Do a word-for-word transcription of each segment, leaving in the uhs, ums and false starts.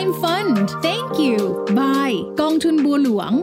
M Fund Thank you Bye กองทุนบัวหลวง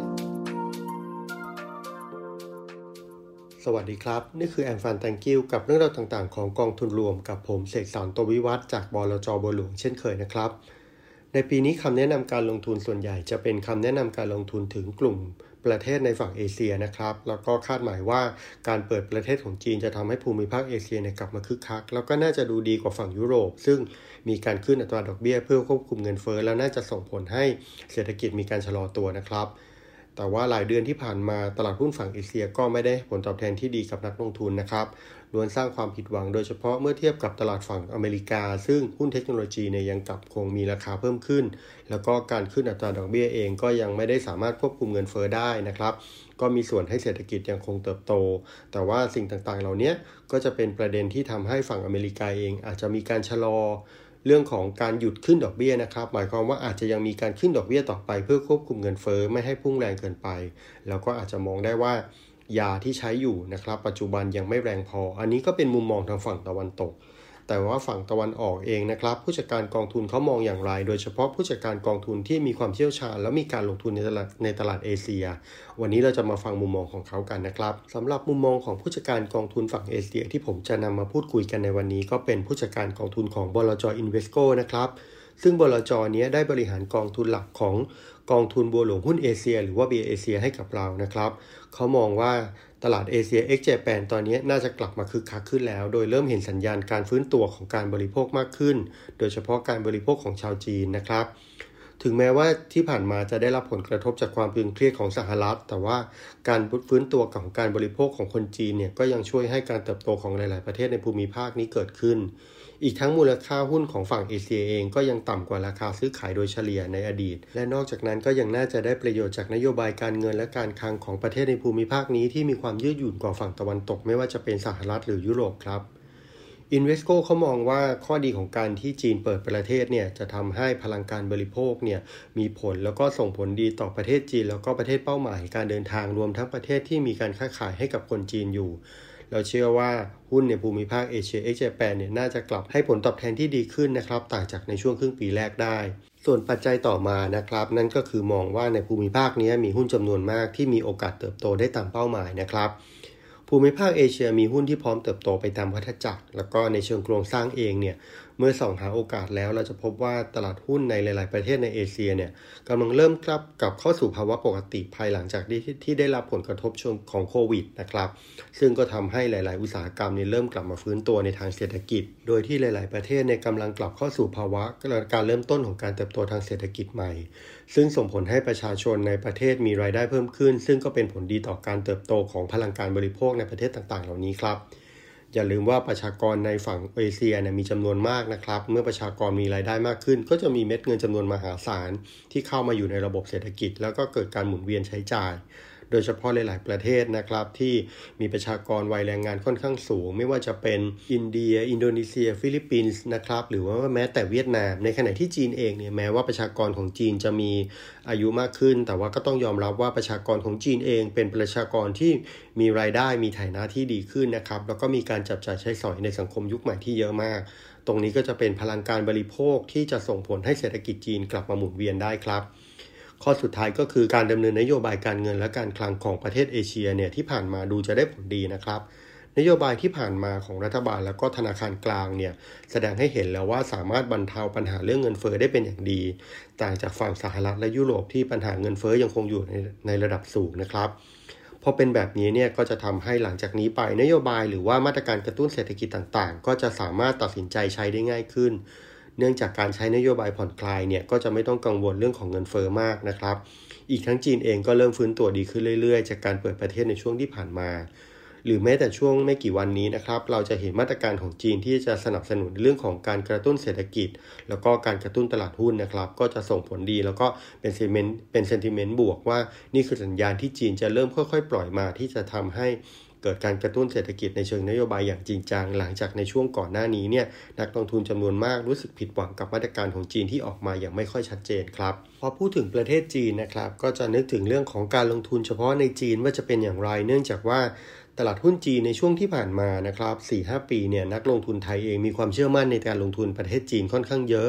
สวัสดีครับนี่คือ M Fund Thank you กับเรื่องราวต่างๆของกองทุนรวมกับผมเสกสรร โตวิวัฒน์จากบลจ.บัวหลวงเช่นเคยนะครับในปีนี้คำแนะนำการลงทุนส่วนใหญ่จะเป็นคำแนะนำการลงทุนถึงกลุ่มประเทศในฝั่งเอเชียนะครับแล้วก็คาดหมายว่าการเปิดประเทศของจีนจะทำให้ภูมิภาคเอเชียเนี่ยกลับมาคึกคักแล้วก็น่าจะดูดีกว่าฝั่งยุโรปซึ่งมีการขึ้นอัตราดอกเบี้ยเพื่อควบคุมเงินเฟ้อแล้วน่าจะส่งผลให้เศรษฐกิจมีการชะลอตัวนะครับแต่ว่าหลายเดือนที่ผ่านมาตลาดหุ้นฝั่งเอเชียก็ไม่ได้ผลตอบแทนที่ดีกับนักลงทุนนะครับล้วนสร้างความผิดหวังโดยเฉพาะเมื่อเทียบกับตลาดฝั่งอเมริกาซึ่งหุ้นเทคโนโลยีเนี่ยยังกลับคงมีราคาเพิ่มขึ้นแล้วก็การขึ้นอัตราดอกเบี้ยเองก็ยังไม่ได้สามารถควบคุมเงินเฟ้อได้นะครับก็มีส่วนให้เศรษฐกิจยังคงเติบโตแต่ว่าสิ่งต่างๆเหล่านี้ก็จะเป็นประเด็นที่ทำให้ฝั่งอเมริกาเองอาจจะมีการชะลอเรื่องของการหยุดขึ้นดอกเบี้ยนะครับหมายความว่าอาจจะยังมีการขึ้นดอกเบี้ยต่อไปเพื่อควบคุมเงินเฟ้อไม่ให้พุ่งแรงเกินไปแล้วก็อาจจะมองได้ว่ายาที่ใช้อยู่นะครับปัจจุบันยังไม่แรงพออันนี้ก็เป็นมุมมองทางฝั่งตะวันตกแต่ว่าฝั่งตะวันออกเองนะครับผู้จัดการกองทุนเขามองอย่างไรโดยเฉพาะผู้จัดการกองทุนที่มีความเชี่ยวชาญและมีการลงทุนในตลาดในตลาดเอเชียวันนี้เราจะมาฟังมุมมองของเขากันนะครับสำหรับมุมมองของผู้จัดการกองทุนฝั่งเอเชียที่ผมจะนำมาพูดคุยกันในวันนี้ก็เป็นผู้จัดการกองทุนของบลจ. Invesco นะครับซึ่งบลจ.นี้ได้บริหารกองทุนหลักของกองทุนบัวหลวงหุ้นเอเชียหรือว่า บี เอ เอ ให้กับเรานะครับเขามองว่าตลาดเอเชีย Ex Japan ตอนนี้น่าจะกลับมาคึกคักขึ้นแล้วโดยเริ่มเห็นสัญญาณการฟื้นตัวของการบริโภคมากขึ้นโดยเฉพาะการบริโภคของชาวจีนนะครับถึงแม้ว่าที่ผ่านมาจะได้รับผลกระทบจากความตึงเครียดของสหรัฐแต่ว่าการฟื้นตัวของการบริโภคของคนจีนเนี่ยก็ยังช่วยให้การเติบโตของหลายๆประเทศในภูมิภาคนี้เกิดขึ้นอีกทั้งมูลค่าหุ้นของฝั่งเอเชียเองก็ยังต่ำกว่าราคาซื้อขายโดยเฉลี่ยในอดีตและนอกจากนั้นก็ยังน่าจะได้ประโยชน์จากนโยบายการเงินและการคลังของประเทศในภูมิภาคนี้ที่มีความยืดหยุ่นกว่าฝั่งตะวันตกไม่ว่าจะเป็นสหรัฐหรือยุโรปครับInvesco เขามองว่าข้อดีของการที่จีนเปิดประเทศเนี่ยจะทำให้พลังการบริโภคเนี่ยมีผลแล้วก็ส่งผลดีต่อประเทศจีนแล้วก็ประเทศเป้าหมายการเดินทางรวมทั้งประเทศที่มีการค้าขายให้กับคนจีนอยู่เราเชื่อว่าหุ้นในภูมิภาคเอเชีย Ex Japan เนี่ยน่าจะกลับให้ผลตอบแทนที่ดีขึ้นนะครับต่างจากในช่วงครึ่งปีแรกได้ส่วนปัจจัยต่อมานะครับนั่นก็คือมองว่าในภูมิภาคนี้มีหุ้นจำนวนมากที่มีโอกาสเติบโตได้ตามเป้าหมายนะครับภูมิภาคเอเชียมีหุ้นที่พร้อมเติบโตไปตามวัฏจักรแล้วก็ในเชิงโครงสร้างเองเนี่ยเมื่อส่องหาโอกาสแล้วเราจะพบว่าตลาดหุ้นในหลายๆประเทศในเอเชียเนี่ยกำลังเริ่มกลับกลับเข้าสู่ภาวะปกติภายหลังจากที่ที่ได้รับผลกระทบช่วงของโควิดนะครับซึ่งก็ทำให้หลายๆอุตสาหกรรมเนี่ยเริ่มกลับมาฟื้นตัวในทางเศรษฐกิจโดยที่หลายๆประเทศเนี่ยกำลังกลับเข้าสู่ภาวะการเริ่มต้นของการเติบโตทางเศรษฐกิจใหม่ซึ่งส่งผลให้ประชาชนในประเทศมีรายได้เพิ่มขึ้นซึ่งก็เป็นผลดีต่อการเติบโตของพลังการบริโภคในประเทศต่างๆเหล่านี้ครับอย่าลืมว่าประชากรในฝั่งเอเชียเนี่ยมีจำนวนมากนะครับเมื่อประชากรมีรายได้มากขึ้นก็จะมีเม็ดเงินจำนวนมหาศาลที่เข้ามาอยู่ในระบบเศรษฐกิจแล้วก็เกิดการหมุนเวียนใช้จ่ายโดยเฉพาะหลายๆประเทศนะครับที่มีประชากรวัยแรงงานค่อนข้างสูงไม่ว่าจะเป็นอินเดียอินโดนีเซียฟิลิปปินส์นะครับหรือว่าแม้แต่เวียดนามในขณะที่จีนเองเนี่ยแม้ว่าประชากรของจีนจะมีอายุมากขึ้นแต่ว่าก็ต้องยอมรับว่าประชากรของจีนเองเป็นประชากรที่มีรายได้มีฐานะที่ดีขึ้นนะครับแล้วก็มีการจับจ่ายใช้สอยในสังคมยุคใหม่ที่เยอะมากตรงนี้ก็จะเป็นพลังการบริโภคที่จะส่งผลให้เศรษฐกิจจีนกลับมาหมุนเวียนได้ครับข้อสุดท้ายก็คือการดำเนินนโยบายการเงินและการคลังของประเทศเอเชียเนี่ยที่ผ่านมาดูจะได้ผลดีนะครับนโยบายที่ผ่านมาของรัฐบาลแล้วก็ธนาคารกลางเนี่ยแสดงให้เห็นแล้วว่าสามารถบรรเทาปัญหาเรื่องเงินเฟ้อได้เป็นอย่างดีต่างจากฝั่งสหรัฐและยุโรปที่ปัญหาเงินเฟ้อยังคงอยู่ในในระดับสูงนะครับพอเป็นแบบนี้เนี่ยก็จะทำให้หลังจากนี้ไปนโยบายหรือว่ามาตรการกระตุ้นเศรษฐกิจต่างๆก็จะสามารถตัดสินใจใช้ได้ง่ายขึ้นเนื่องจากการใช้นโยบายผ่อนคลายเนี่ยก็จะไม่ต้องกังวลเรื่องของเงินเฟ้อมากนะครับอีกทั้งจีนเองก็เริ่มฟื้นตัวดีขึ้นเรื่อยๆจากการเปิดประเทศในช่วงที่ผ่านมาหรือแม้แต่ช่วงไม่กี่วันนี้นะครับเราจะเห็นมาตรการของจีนที่จะสนับสนุนเรื่องของการกระตุ้นเศรษฐกิจแล้วก็การกระตุ้นตลาดหุ้นนะครับก็จะส่งผลดีแล้วก็เป็นเซนติเมนต์เป็นเซนติเมนต์บวกว่านี่คือสัญญาณที่จีนจะเริ่มค่อยๆปล่อยมาที่จะทำให้เกิดการกระตุ้นเศรษฐกิจในเชิงนโยบายอย่างจริงจังหลังจากในช่วงก่อนหน้านี้เนี่ยนักลงทุนจำนวนมากรู้สึกผิดหวังกับมาตรการของจีนที่ออกมาอย่างไม่ค่อยชัดเจนครับพอพูดถึงประเทศจีนนะครับก็จะนึกถึงเรื่องของการลงทุนเฉพาะในจีนว่าจะเป็นอย่างไรเนื่องจากว่าตลาดหุ้นจีนในช่วงที่ผ่านมานะครับ สี่ถึงห้า ปีเนี่ยนักลงทุนไทยเองมีความเชื่อมั่นในการลงทุนประเทศจีนค่อนข้างเยอะ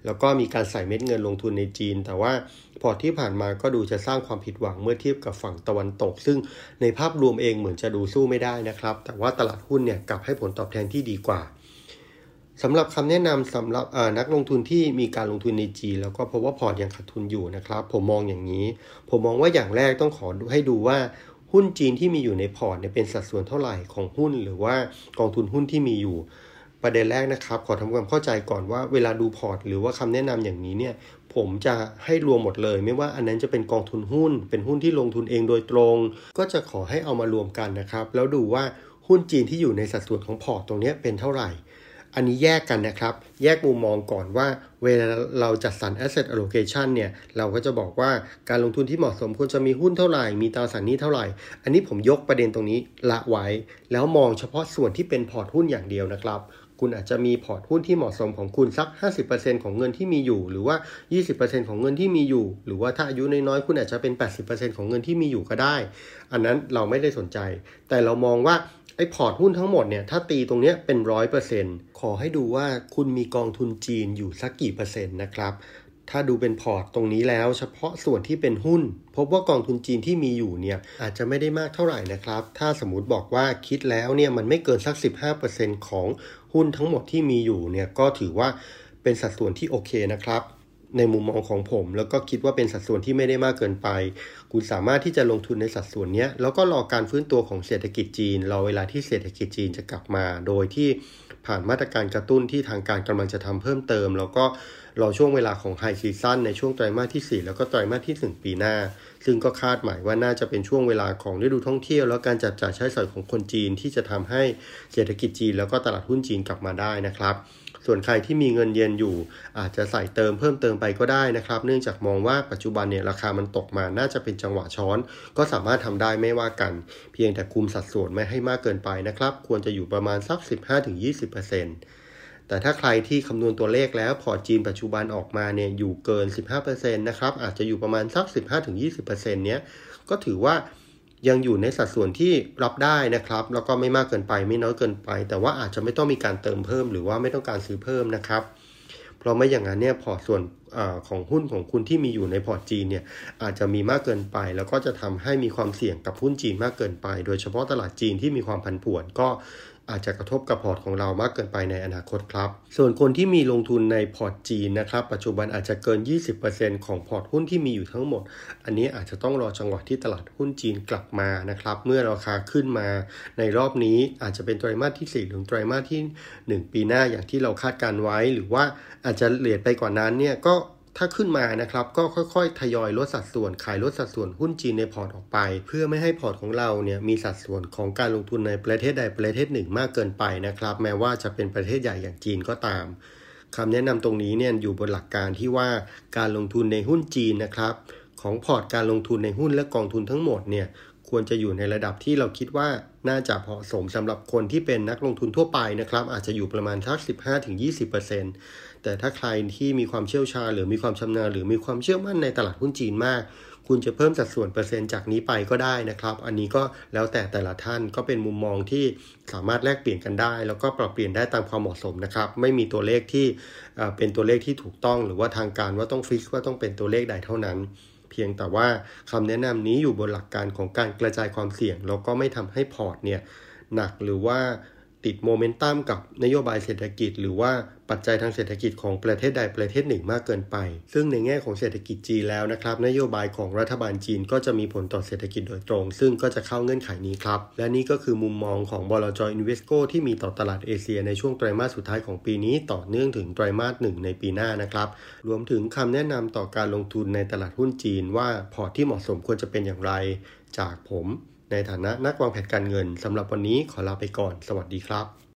แล้วก็มีการใส่เม็ดเงินลงทุนในจีนแต่ว่าพอร์ตที่ผ่านมาก็ดูจะสร้างความผิดหวังเมื่อเทียบกับฝั่งตะวันตกซึ่งในภาพรวมเองเหมือนจะดูสู้ไม่ได้นะครับแต่ว่าตลาดหุ้นเนี่ยกลับให้ผลตอบแทนที่ดีกว่าสำหรับคำแนะนำสำหรับนักลงทุนที่มีการลงทุนในจีนแล้วก็พบว่าพอร์ตยังขาดทุนอยู่นะครับผมมองอย่างนี้ผมมองว่าอย่างแรกต้องขอให้ดูว่าหุ้นจีนที่มีอยู่ในพอร์ตเนี่ยเป็นสัดส่วนเท่าไหร่ของหุ้นหรือว่ากองทุนหุ้นที่มีอยู่ประเด็นแรกนะครับขอทำความเข้าใจก่อนว่าเวลาดูพอร์ตหรือว่าคำแนะนำอย่างนี้เนี่ยผมจะให้รวมหมดเลยไม่ว่าอันนั้นจะเป็นกองทุนหุ้นเป็นหุ้นที่ลงทุนเองโดยตรงก็จะขอให้เอามารวมกันนะครับแล้วดูว่าหุ้นจีนที่อยู่ในสัดส่วนของพอร์ตตรงนี้เป็นเท่าไหร่อันนี้แยกกันนะครับแยกมุมมองก่อนว่าเวลาเราจัดสรร asset allocation เนี่ยเราก็จะบอกว่าการลงทุนที่เหมาะสมควรจะมีหุ้นเท่าไหร่มีตราสารหนี้เท่าไหร่อันนี้ผมยกประเด็นตรงนี้ละไว้แล้วมองเฉพาะส่วนที่เป็นพอร์ตหุ้นอย่างเดียวนะครับคุณอาจจะมีพอร์ตหุ้นที่เหมาะสมของคุณสัก ห้าสิบเปอร์เซ็นต์ ของเงินที่มีอยู่หรือว่า ยี่สิบเปอร์เซ็นต์ ของเงินที่มีอยู่หรือว่าถ้าอายุน้อยๆคุณอาจจะเป็น แปดสิบเปอร์เซ็นต์ ของเงินที่มีอยู่ก็ได้อันนั้นเราไม่ได้สนใจแต่เรามองว่าไอ้พอร์ตหุ้นทั้งหมดเนี่ยถ้าตีตรงนี้เป็น ร้อยเปอร์เซ็นต์ ขอให้ดูว่าคุณมีกองทุนจีนอยู่สักกี่เปอร์เซ็นต์นะครับถ้าดูเป็นพอร์ตตรงนี้แล้วเฉพาะส่วนที่เป็นหุ้นพบว่ากองทุนจีนที่มีอยู่เนี่ยอาจจะไม่ได้มากเท่าไหร่นะครับถ้าสมมุติบอกว่าคิดแล้วเนี่ยมันไม่เกินสัก สิบห้าเปอร์เซ็นต์ ของหุ้นทั้งหมดที่มีอยู่เนี่ยก็ถือว่าเป็นสัดส่วนที่โอเคนะครับในมุมมองของผมแล้วก็คิดว่าเป็นสัดส่วนที่ไม่ได้มากเกินไปคุณสามารถที่จะลงทุนในสัดส่วนนี้แล้วก็รอการฟื้นตัวของเศรษฐกิจจีนรอเวลาที่เศรษฐกิจจีนจะกลับมาโดยที่ผ่านมาตรการกระตุ้นที่ทางการกำลังจะทำเพิ่มเติมแล้วก็รอช่วงเวลาของไฮซีซั่นในช่วงไตรมาสที่สี่แล้วก็ไตรมาสที่หนึ่งปีหน้าซึ่งก็คาดหมายว่าน่าจะเป็นช่วงเวลาของฤดูท่องเที่ยวแล้วการจับจ่ายใช้สอยของคนจีนที่จะทำให้เศรษฐกิจจีนแล้วก็ตลาดหุ้นจีนกลับมาได้นะครับส่วนใครที่มีเงินเย็นอยู่อาจจะใส่เติมเพิ่มเติมไปก็ได้นะครับเนื่องจากมองว่าปัจจุบันเนี่ยราคามันตกมาน่าจะเป็นจังหวะช้อนก็สามารถทำได้ไม่ว่ากันเพียงแต่คุมสัดส่วนไม่ให้มากเกินไปนะครับควรจะอยู่ประมาณสัก สิบห้าถึงยี่สิบเปอร์เซ็นต์ แต่ถ้าใครที่คำนวณตัวเลขแล้วพอร์ตจีนปัจจุบันออกมาเนี่ยอยู่เกิน สิบห้าเปอร์เซ็นต์ นะครับอาจจะอยู่ประมาณสัก สิบห้าถึงยี่สิบเปอร์เซ็นต์ เนี้ยก็ถือว่ายังอยู่ในสัดส่วนที่รับได้นะครับแล้วก็ไม่มากเกินไปไม่น้อยเกินไปแต่ว่าอาจจะไม่ต้องมีการเติมเพิ่มหรือว่าไม่ต้องการซื้อเพิ่มนะครับเพราะไม่อย่างนั้นเนี่ยพอร์ตส่วนอของหุ้นของคุณที่มีอยู่ในพอร์ตจีนเนี่ยอาจจะมีมากเกินไปแล้วก็จะทำให้มีความเสี่ยงกับหุ้นจีนมากเกินไปโดยเฉพาะตลาดจีนที่มีความผันผวนก็อาจจะกระทบกับพอร์ตของเรามากเกินไปในอนาคตครับส่วนคนที่มีลงทุนในพอร์ตจีนนะครับปัจจุบันอาจจะเกิน ยี่สิบเปอร์เซ็นต์ ของพอร์ตหุ้นที่มีอยู่ทั้งหมดอันนี้อาจจะต้องรอจังหวะที่ตลาดหุ้นจีนกลับมานะครับเมื่อราคาขึ้นมาในรอบนี้อาจจะเป็นไตรมาสที่สี่หรือไตรมาสที่หนึ่งปีหน้าอย่างที่เราคาดการไว้หรือว่าอาจจะเลทไปกว่านั้นเนี่ยก็ถ้าขึ้นมานะครับก็ค่อยๆทยอยลดสัดส่วนขายลดสัดส่วนหุ้นจีนในพอร์ตออกไปเพื่อไม่ให้พอร์ตของเราเนี่ยมีสัดส่วนของการลงทุนในประเทศใดประเทศหนึ่งมากเกินไปนะครับแม้ว่าจะเป็นประเทศใหญ่อย่างจีนก็ตามคำแนะนำตรงนี้เนี่ยอยู่บนหลักการที่ว่าการลงทุนในหุ้นจีนนะครับของพอร์ตการลงทุนในหุ้นและกองทุนทั้งหมดเนี่ยควรจะอยู่ในระดับที่เราคิดว่าน่าจะเหมาะสมสำหรับคนที่เป็นนักลงทุนทั่วไปนะครับอาจจะอยู่ประมาณสัก สิบห้าถึงยี่สิบเปอร์เซ็นต์ แต่ถ้าใครที่มีความเชี่ยวชาญหรือมีความชำนาญหรือมีความเชื่อมั่นในตลาดหุ้นจีนมากคุณจะเพิ่มสัดส่วนเปอร์เซ็นต์จากนี้ไปก็ได้นะครับอันนี้ก็แล้วแต่แต่ละท่านก็เป็นมุมมองที่สามารถแลกเปลี่ยนกันได้แล้วก็ปรับเปลี่ยนได้ตามความเหมาะสมนะครับไม่มีตัวเลขที่เป็นตัวเลขที่ถูกต้องหรือว่าทางการว่าต้องฟิกว่าต้องเป็นตัวเลขใดเท่านั้นเพียงแต่ว่าคำแนะนำนี้อยู่บนหลักการของการกระจายความเสี่ยงแล้วก็ไม่ทำให้พอร์ตเนี่ยหนักหรือว่าติดโมเมนตัมกับนโยบายเศรษฐกิจหรือว่าปัจจัยทางเศรษฐกิจของประเทศใดประเทศหนึ่งมากเกินไปซึ่งในแง่ของเศรษฐกิจจีนแล้วนะครับนโยบายของรัฐบาลจีนก็จะมีผลต่อเศรษฐกิจโดยตรงซึ่งก็จะเข้าเงื่อนไขนี้ครับและนี่ก็คือมุมมองของบลจ. Invesco ที่มีต่อตลาดเอเชียในช่วงไตรมาสสุดท้ายของปีนี้ต่อเนื่องถึงไตรมาสหนึ่งในปีหน้านะครับรวมถึงคำแนะนำต่อการลงทุนในตลาดหุ้นจีนว่าพอร์ตที่เหมาะสมควรจะเป็นอย่างไรจากผมในฐานะนักวางแผนการเงินสำหรับวันนี้ขอลาไปก่อนสวัสดีครับ